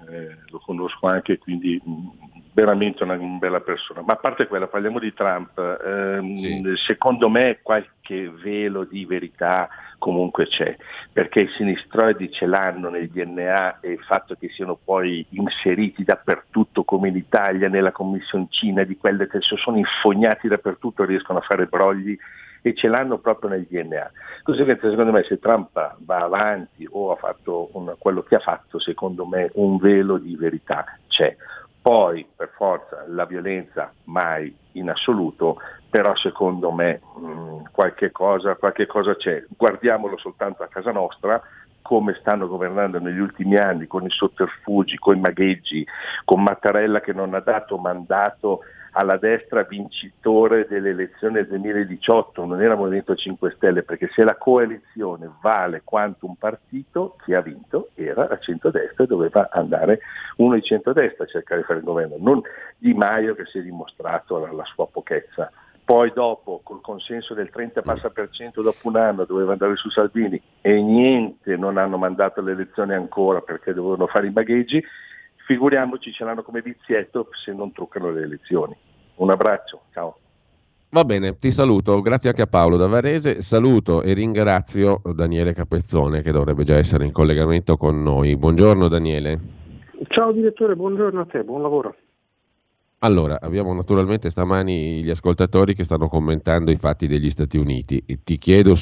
lo conosco anche, quindi veramente una bella persona. Ma a parte quella, parliamo di Trump. Sì. Secondo me qualche velo di verità comunque c'è, perché i sinistroidi ce l'hanno nel DNA, e il fatto che siano poi inseriti dappertutto, come in Italia, nella commissioncina di quelle che sono infognati dappertutto, riescono a fare brogli, e ce l'hanno proprio nel DNA. Conseguenza, secondo me, se Trump va avanti o ha fatto quello che ha fatto, secondo me un velo di verità c'è. Poi, per forza, la violenza mai in assoluto, però secondo me qualche cosa c'è. Guardiamolo soltanto a casa nostra, come stanno governando negli ultimi anni, con i sotterfugi, con i magheggi, con Mattarella che non ha dato mandato alla destra vincitore delle elezioni del 2018, non era Movimento 5 Stelle, perché se la coalizione vale quanto un partito, chi ha vinto era la centrodestra e doveva andare uno di centrodestra a cercare di fare il governo, non Di Maio, che si è dimostrato la sua pochezza. Poi dopo, col consenso del 30% dopo un anno, doveva andare su Salvini, e niente, non hanno mandato le elezioni ancora perché dovevano fare i bagheggi. Figuriamoci, ce l'hanno come vizietto se non truccano le elezioni. Un abbraccio, ciao. Va bene, ti saluto, grazie anche a Paolo da Varese, saluto e ringrazio Daniele Capezzone, che dovrebbe già essere in collegamento con noi. Buongiorno Daniele. Ciao direttore, buongiorno a te, buon lavoro. Allora, abbiamo naturalmente stamani gli ascoltatori che stanno commentando i fatti degli Stati Uniti. Ti chiedo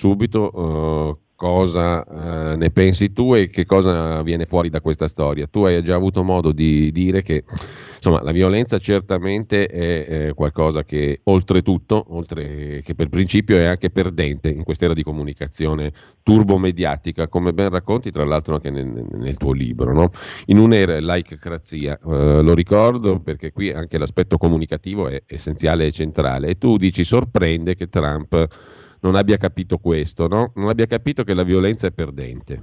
subito cosa ne pensi tu e che cosa viene fuori da questa storia. Tu hai già avuto modo di dire che insomma la violenza certamente è qualcosa che oltretutto, oltre che per principio, è anche perdente in quest'era di comunicazione turbomediatica, come ben racconti tra l'altro anche nel tuo libro, no? In un'era laicrazia, lo ricordo perché qui anche l'aspetto comunicativo è essenziale e centrale, e tu dici sorprende che Trump non abbia capito questo, no? Non abbia capito che la violenza è perdente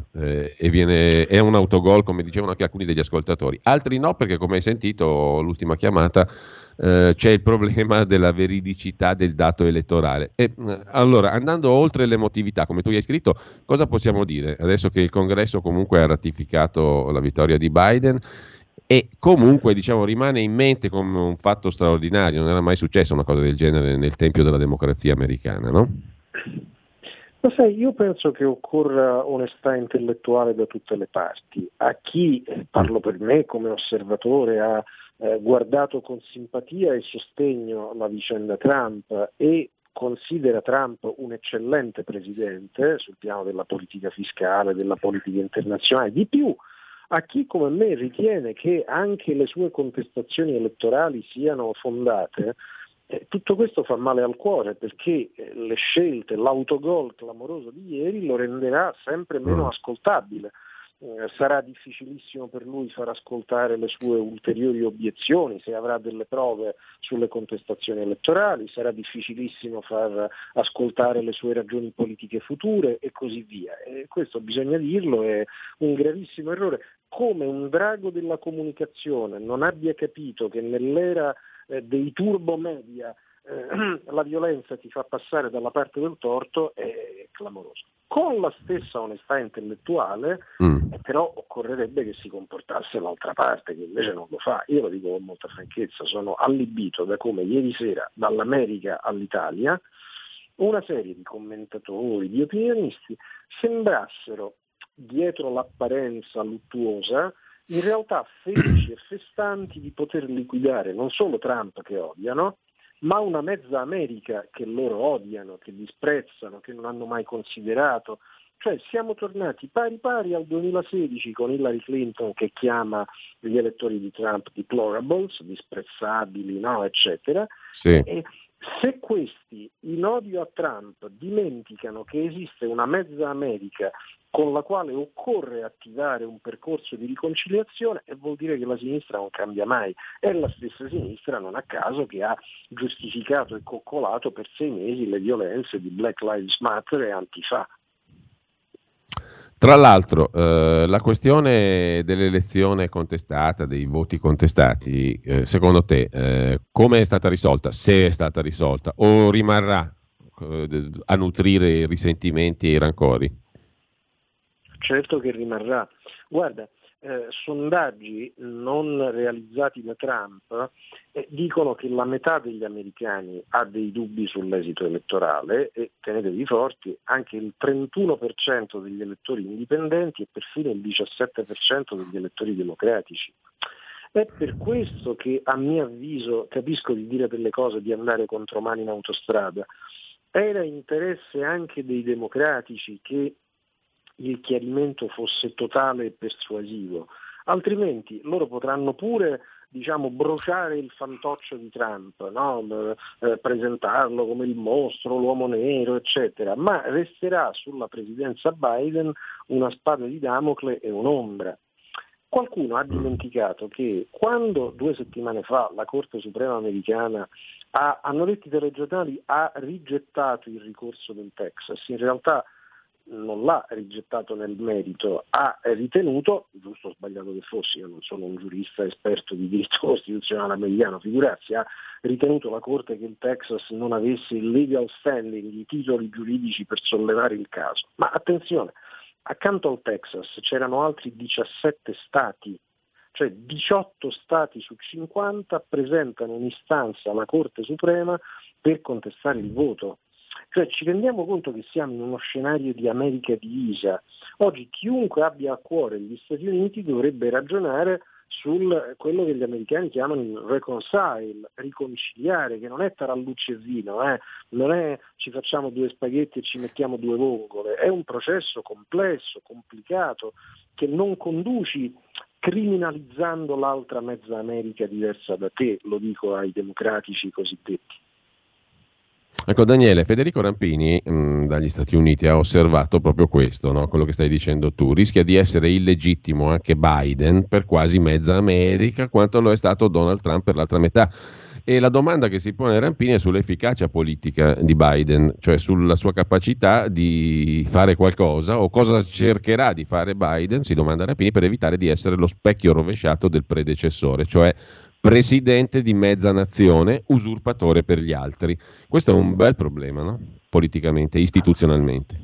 è un autogol, come dicevano anche alcuni degli ascoltatori. Altri no, perché come hai sentito l'ultima chiamata c'è il problema della veridicità del dato elettorale. Allora, andando oltre l'emotività, come tu hai scritto, cosa possiamo dire adesso che il Congresso comunque ha ratificato la vittoria di Biden? E comunque, diciamo, rimane in mente come un fatto straordinario, non era mai successa una cosa del genere nel tempio della democrazia americana, no? Lo sai, io penso che occorra onestà intellettuale da tutte le parti. A chi, parlo per me come osservatore, ha guardato con simpatia e sostegno la vicenda Trump e considera Trump un eccellente presidente sul piano della politica fiscale, della politica internazionale, di più, a chi come me ritiene che anche le sue contestazioni elettorali siano fondate, tutto questo fa male al cuore, perché le scelte, l'autogol clamoroso di ieri lo renderà sempre meno ascoltabile. Sarà difficilissimo per lui far ascoltare le sue ulteriori obiezioni se avrà delle prove sulle contestazioni elettorali, sarà difficilissimo far ascoltare le sue ragioni politiche future e così via. E questo, bisogna dirlo, è un gravissimo errore. Come un drago della comunicazione non abbia capito che nell'era dei turbo media la violenza ti fa passare dalla parte del torto, è clamoroso. Con la stessa onestà intellettuale, però occorrerebbe che si comportasse l'altra parte, che invece non lo fa. Io lo dico con molta franchezza, sono allibito da come ieri sera, dall'America all'Italia, una serie di commentatori, di opinionisti, sembrassero, dietro l'apparenza luttuosa, in realtà felici e festanti di poter liquidare non solo Trump, che odiano, ma una mezza America che loro odiano, che disprezzano, che non hanno mai considerato. Cioè siamo tornati pari pari al 2016 con Hillary Clinton che chiama gli elettori di Trump deplorables, disprezzabili, no, eccetera. Sì. E se questi, in odio a Trump, dimenticano che esiste una mezza America con la quale occorre attivare un percorso di riconciliazione, e vuol dire che la sinistra non cambia mai. È la stessa sinistra, non a caso, che ha giustificato e coccolato per 6 mesi le violenze di Black Lives Matter e Antifa. Tra l'altro, la questione dell'elezione contestata, dei voti contestati, secondo te, come è stata risolta? Se è stata risolta, o rimarrà a nutrire i risentimenti e i rancori? Certo che rimarrà. Guarda, sondaggi non realizzati da Trump dicono che la metà degli americani ha dei dubbi sull'esito elettorale, e tenetevi forti, anche il 31% degli elettori indipendenti e perfino il 17% degli elettori democratici. È per questo che, a mio avviso, capisco di dire delle cose, di andare contromano in autostrada. Era interesse anche dei democratici che il chiarimento fosse totale e persuasivo, altrimenti loro potranno pure, bruciare il fantoccio di Trump, no? Presentarlo come il mostro, l'uomo nero, eccetera, ma resterà sulla presidenza Biden una spada di Damocle e un'ombra. Qualcuno ha dimenticato che quando 2 settimane fa la Corte Suprema americana hanno detto i telegiornali, ha rigettato il ricorso del Texas, in realtà non l'ha rigettato nel merito, ha ritenuto, giusto o sbagliato che fossi, io non sono un giurista esperto di diritto costituzionale americano, figurarsi, ha ritenuto la Corte che il Texas non avesse il legal standing, i titoli giuridici per sollevare il caso. Ma attenzione, accanto al Texas c'erano altri 17 stati, cioè 18 stati su 50 presentano un'istanza alla Corte Suprema per contestare il voto. Cioè ci rendiamo conto che siamo in uno scenario di America divisa. Oggi chiunque abbia a cuore gli Stati Uniti dovrebbe ragionare sul quello che gli americani chiamano il reconcile, riconciliare, che non è tarallucce e vino, non è ci facciamo 2 spaghetti e ci mettiamo 2 vongole, è un processo complesso, complicato, che non conduci criminalizzando l'altra mezza America diversa da te, lo dico ai democratici cosiddetti. Ecco Daniele, Federico Rampini dagli Stati Uniti ha osservato proprio questo, no? Quello che stai dicendo tu, rischia di essere illegittimo anche Biden per quasi mezza America quanto lo è stato Donald Trump per l'altra metà. E la domanda che si pone Rampini è sull'efficacia politica di Biden, cioè sulla sua capacità di fare qualcosa o cosa cercherà di fare Biden, si domanda Rampini, per evitare di essere lo specchio rovesciato del predecessore, cioè presidente di mezza nazione, usurpatore per gli altri. Questo è un bel problema, no? Politicamente, istituzionalmente.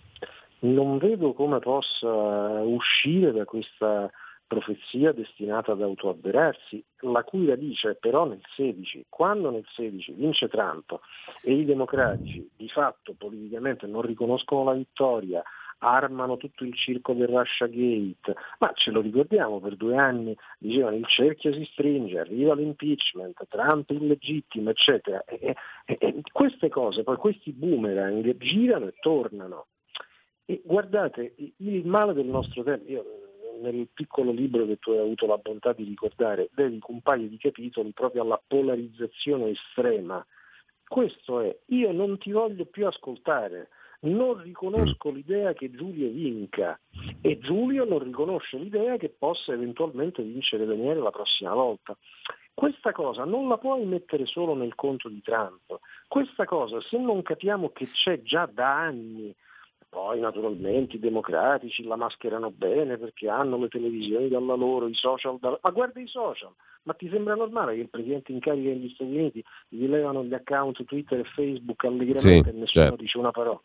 Non vedo come possa uscire da questa profezia destinata ad autoavverarsi, la cui radice è però nel 16. Quando nel 16 vince Trump e i democratici di fatto politicamente non riconoscono la vittoria, armano tutto il circo del Russiagate, ma ce lo ricordiamo, per 2 anni dicevano il cerchio si stringe, arriva l'impeachment, Trump illegittimo, eccetera, e queste cose, poi questi boomerang girano e tornano. E guardate, il male del nostro tempo, io nel piccolo libro che tu hai avuto la bontà di ricordare dedico un paio di capitoli proprio alla polarizzazione estrema. Questo è, io non ti voglio più ascoltare, non riconosco l'idea che Giulio vinca e Giulio non riconosce l'idea che possa eventualmente vincere Daniele la prossima volta. Questa cosa non la puoi mettere solo nel conto di Trump, questa cosa se non capiamo che c'è già da anni. Poi naturalmente i democratici la mascherano bene perché hanno le televisioni dalla loro, i social ma guarda i social, ma ti sembra normale che il presidente in carica degli Stati Uniti gli levano gli account Twitter e Facebook allegramente e nessuno dice una parola?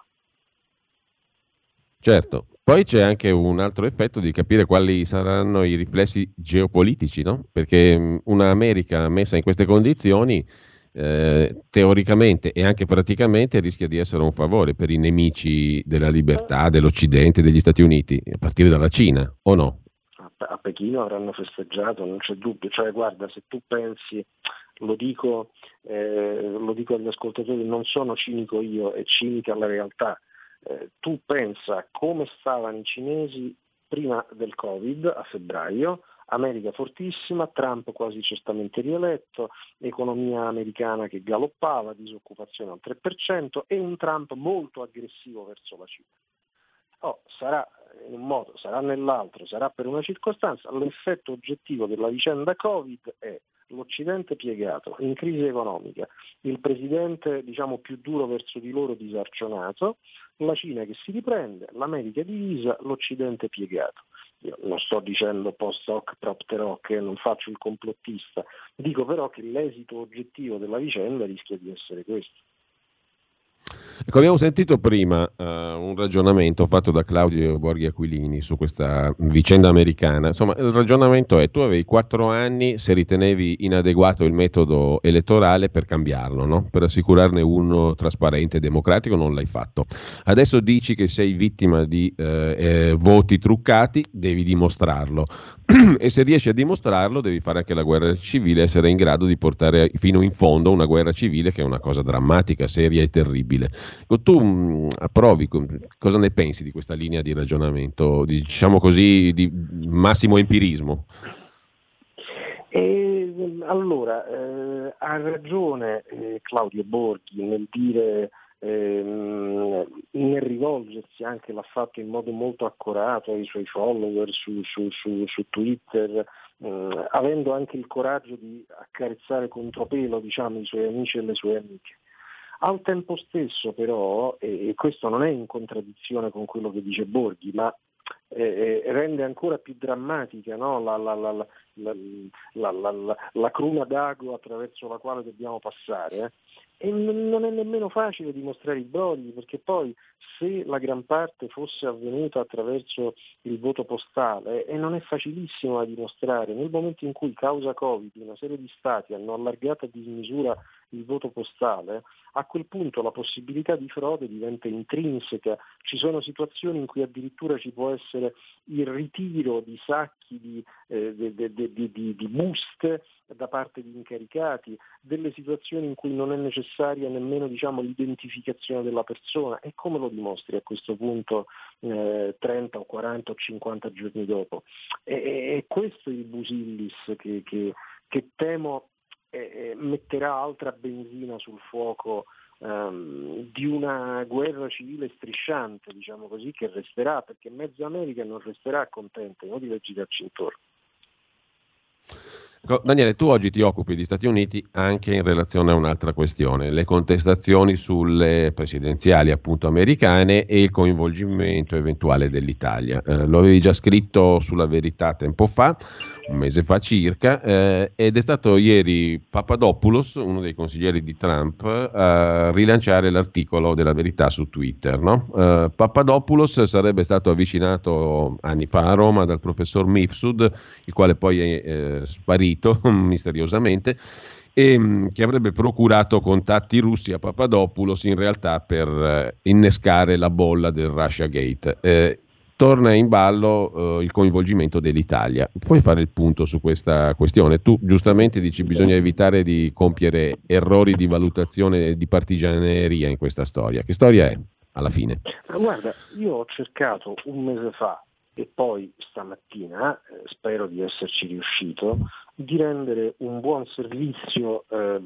Certo, poi c'è anche un altro effetto di capire quali saranno i riflessi geopolitici, no? Perché una America messa in queste condizioni teoricamente e anche praticamente rischia di essere un favore per i nemici della libertà, dell'Occidente, degli Stati Uniti, a partire dalla Cina, o no? A Pechino avranno festeggiato, non c'è dubbio, cioè guarda, se tu pensi, lo dico agli ascoltatori, non sono cinico io, è cinica la realtà. Tu pensa come stavano i cinesi prima del Covid a febbraio, America fortissima, Trump quasi certamente rieletto, economia americana che galoppava, disoccupazione al 3% e un Trump molto aggressivo verso la Cina. Sarà in un modo, sarà nell'altro, sarà per una circostanza, l'effetto oggettivo della vicenda Covid è l'Occidente piegato, in crisi economica, il presidente più duro verso di loro disarcionato, la Cina che si riprende, l'America divisa, l'Occidente piegato. Io non sto dicendo post hoc propter hoc, non faccio il complottista, dico però che l'esito oggettivo della vicenda rischia di essere questo. Ecco, abbiamo sentito prima un ragionamento fatto da Claudio Borghi Aquilini su questa vicenda americana. Insomma, il ragionamento è: tu avevi 4 anni se ritenevi inadeguato il metodo elettorale per cambiarlo, no? Per assicurarne uno trasparente e democratico, non l'hai fatto. Adesso dici che sei vittima di voti truccati, devi dimostrarlo. E se riesci a dimostrarlo devi fare anche la guerra civile, essere in grado di portare fino in fondo una guerra civile, che è una cosa drammatica, seria e terribile. Tu approvi, cosa ne pensi di questa linea di ragionamento, diciamo così, di massimo empirismo? Allora, ha ragione Claudio Borghi nel dire, nel rivolgersi, anche l'ha fatto in modo molto accorato ai suoi follower su Twitter, avendo anche il coraggio di accarezzare contropelo i suoi amici e le sue amiche. Al tempo stesso però, e questo non è in contraddizione con quello che dice Borghi, ma rende ancora più drammatica, no? la cruna d'ago attraverso la quale dobbiamo passare, E non è nemmeno facile dimostrare i brogli, perché poi se la gran parte fosse avvenuta attraverso il voto postale, e non è facilissimo da dimostrare, nel momento in cui causa Covid una serie di stati hanno allargato a dismisura il voto postale, a quel punto la possibilità di frode diventa intrinseca. Ci sono situazioni in cui addirittura ci può essere il ritiro di sacchi di buste da parte di incaricati, delle situazioni in cui non è necessaria nemmeno l'identificazione della persona. E come lo dimostri a questo punto 30 o 40 o 50 giorni dopo? E questo è il busillis che temo metterà altra benzina sul fuoco di una guerra civile strisciante, così, che resterà, perché mezza America non resterà contenta, è inutile girarci intorno. Daniele, tu oggi ti occupi di Stati Uniti anche in relazione a un'altra questione, le contestazioni sulle presidenziali appunto americane e il coinvolgimento eventuale dell'ITALIA. Lo avevi già scritto sulla Verità tempo fa, un mese fa circa, ed è stato ieri Papadopoulos, uno dei consiglieri di Trump, a rilanciare l'articolo della Verità su Twitter, no? Papadopoulos sarebbe stato avvicinato anni fa a Roma dal professor Mifsud, il quale poi è sparito misteriosamente, e che avrebbe procurato contatti russi a Papadopoulos in realtà per innescare la bolla del Russiagate. Torna in ballo il coinvolgimento dell'Italia. Puoi fare il punto su questa questione? Tu giustamente dici bisogna evitare di compiere errori di valutazione e di partigianeria in questa storia. Che storia è alla fine? Guarda, io ho cercato un mese fa e poi stamattina, spero di esserci riuscito, di rendere un buon servizio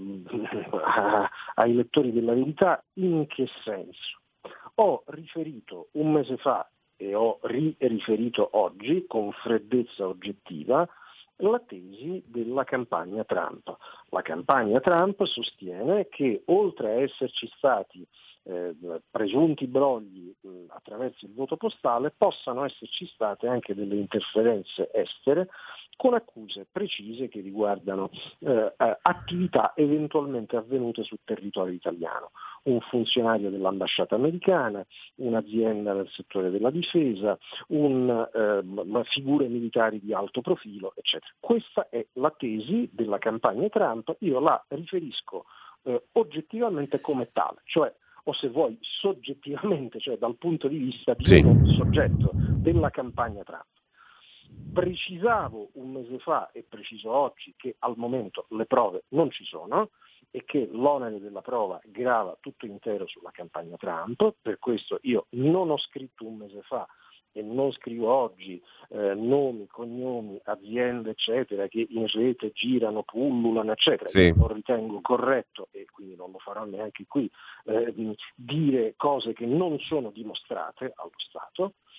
ai lettori della Verità. In che senso? Ho riferito un mese fa e ho riferito oggi con freddezza oggettiva la tesi della campagna Trump. La campagna Trump sostiene che oltre a esserci stati presunti brogli attraverso il voto postale, possano esserci state anche delle interferenze estere con accuse precise che riguardano attività eventualmente avvenute sul territorio italiano. Un funzionario dell'ambasciata americana, un'azienda nel settore della difesa, figure militari di alto profilo, eccetera. Questa è la tesi della campagna Trump, io la riferisco oggettivamente come tale, cioè, o se vuoi soggettivamente, cioè dal punto di vista di uno soggetto della campagna Trump. Precisavo un mese fa e preciso oggi che al momento le prove non ci sono e che l'onere della prova grava tutto intero sulla campagna Trump. Per questo io non ho scritto un mese fa e non scrivo oggi nomi, cognomi, aziende eccetera che in rete girano, pullulano eccetera. Sì. Io non ritengo corretto, e quindi non lo farò neanche qui, dire cose che non sono dimostrate allo Stato.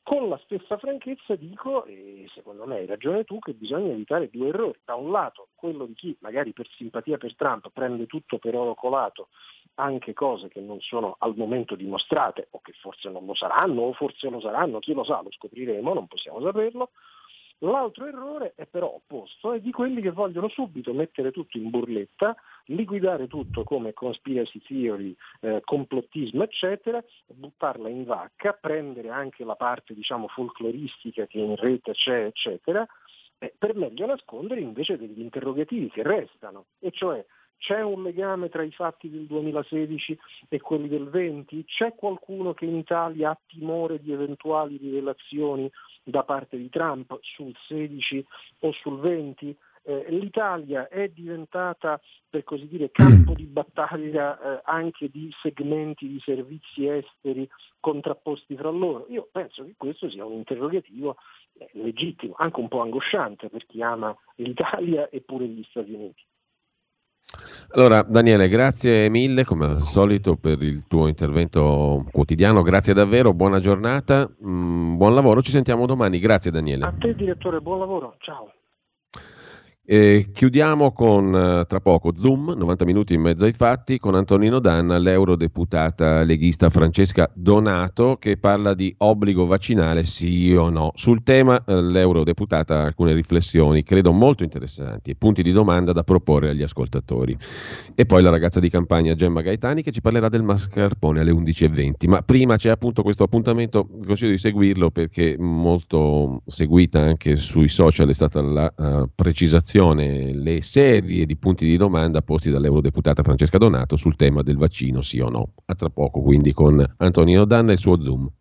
Con la stessa franchezza dico, e secondo me hai ragione tu, che bisogna evitare due errori. Da un lato quello di chi magari per simpatia per Trump prende tutto per oro colato, anche cose che non sono al momento dimostrate o che forse non lo saranno o forse lo saranno, chi lo sa, lo scopriremo, non possiamo saperlo. L'altro errore è però opposto, è di quelli che vogliono subito mettere tutto in burletta, liquidare tutto come conspiracy theory, complottismo eccetera, buttarla in vacca, prendere anche la parte diciamo folcloristica che in rete c'è eccetera, per meglio nascondere invece degli interrogativi che restano, e cioè c'è un legame tra i fatti del 2016 e quelli del 20? C'è qualcuno che in Italia ha timore di eventuali rivelazioni da parte di Trump sul 16 o sul 20? L'Italia è diventata, per così dire, campo di battaglia anche di segmenti di servizi esteri contrapposti fra loro? Io penso che questo sia un interrogativo legittimo, anche un po' angosciante per chi ama l'Italia e pure gli Stati Uniti. Allora Daniele, grazie mille come al solito per il tuo intervento quotidiano, grazie davvero, buona giornata, buon lavoro, ci sentiamo domani, grazie Daniele. A te direttore, buon lavoro, ciao. Chiudiamo con tra poco Zoom, 90 minuti in mezzo ai fatti, con Antonino Danna, l'eurodeputata leghista Francesca Donato, che parla di obbligo vaccinale sì o no. Sul tema l'eurodeputata ha alcune riflessioni, credo molto interessanti, e punti di domanda da proporre agli ascoltatori. E poi la ragazza di campagna Gemma Gaetani che ci parlerà del mascarpone alle 11:20. Ma prima c'è appunto questo appuntamento, consiglio di seguirlo perché molto seguita anche sui social è stata la precisazione, le serie di punti di domanda posti dall'eurodeputata Francesca Donato sul tema del vaccino sì o no. A tra poco quindi con Antonino Danna e il suo Zoom.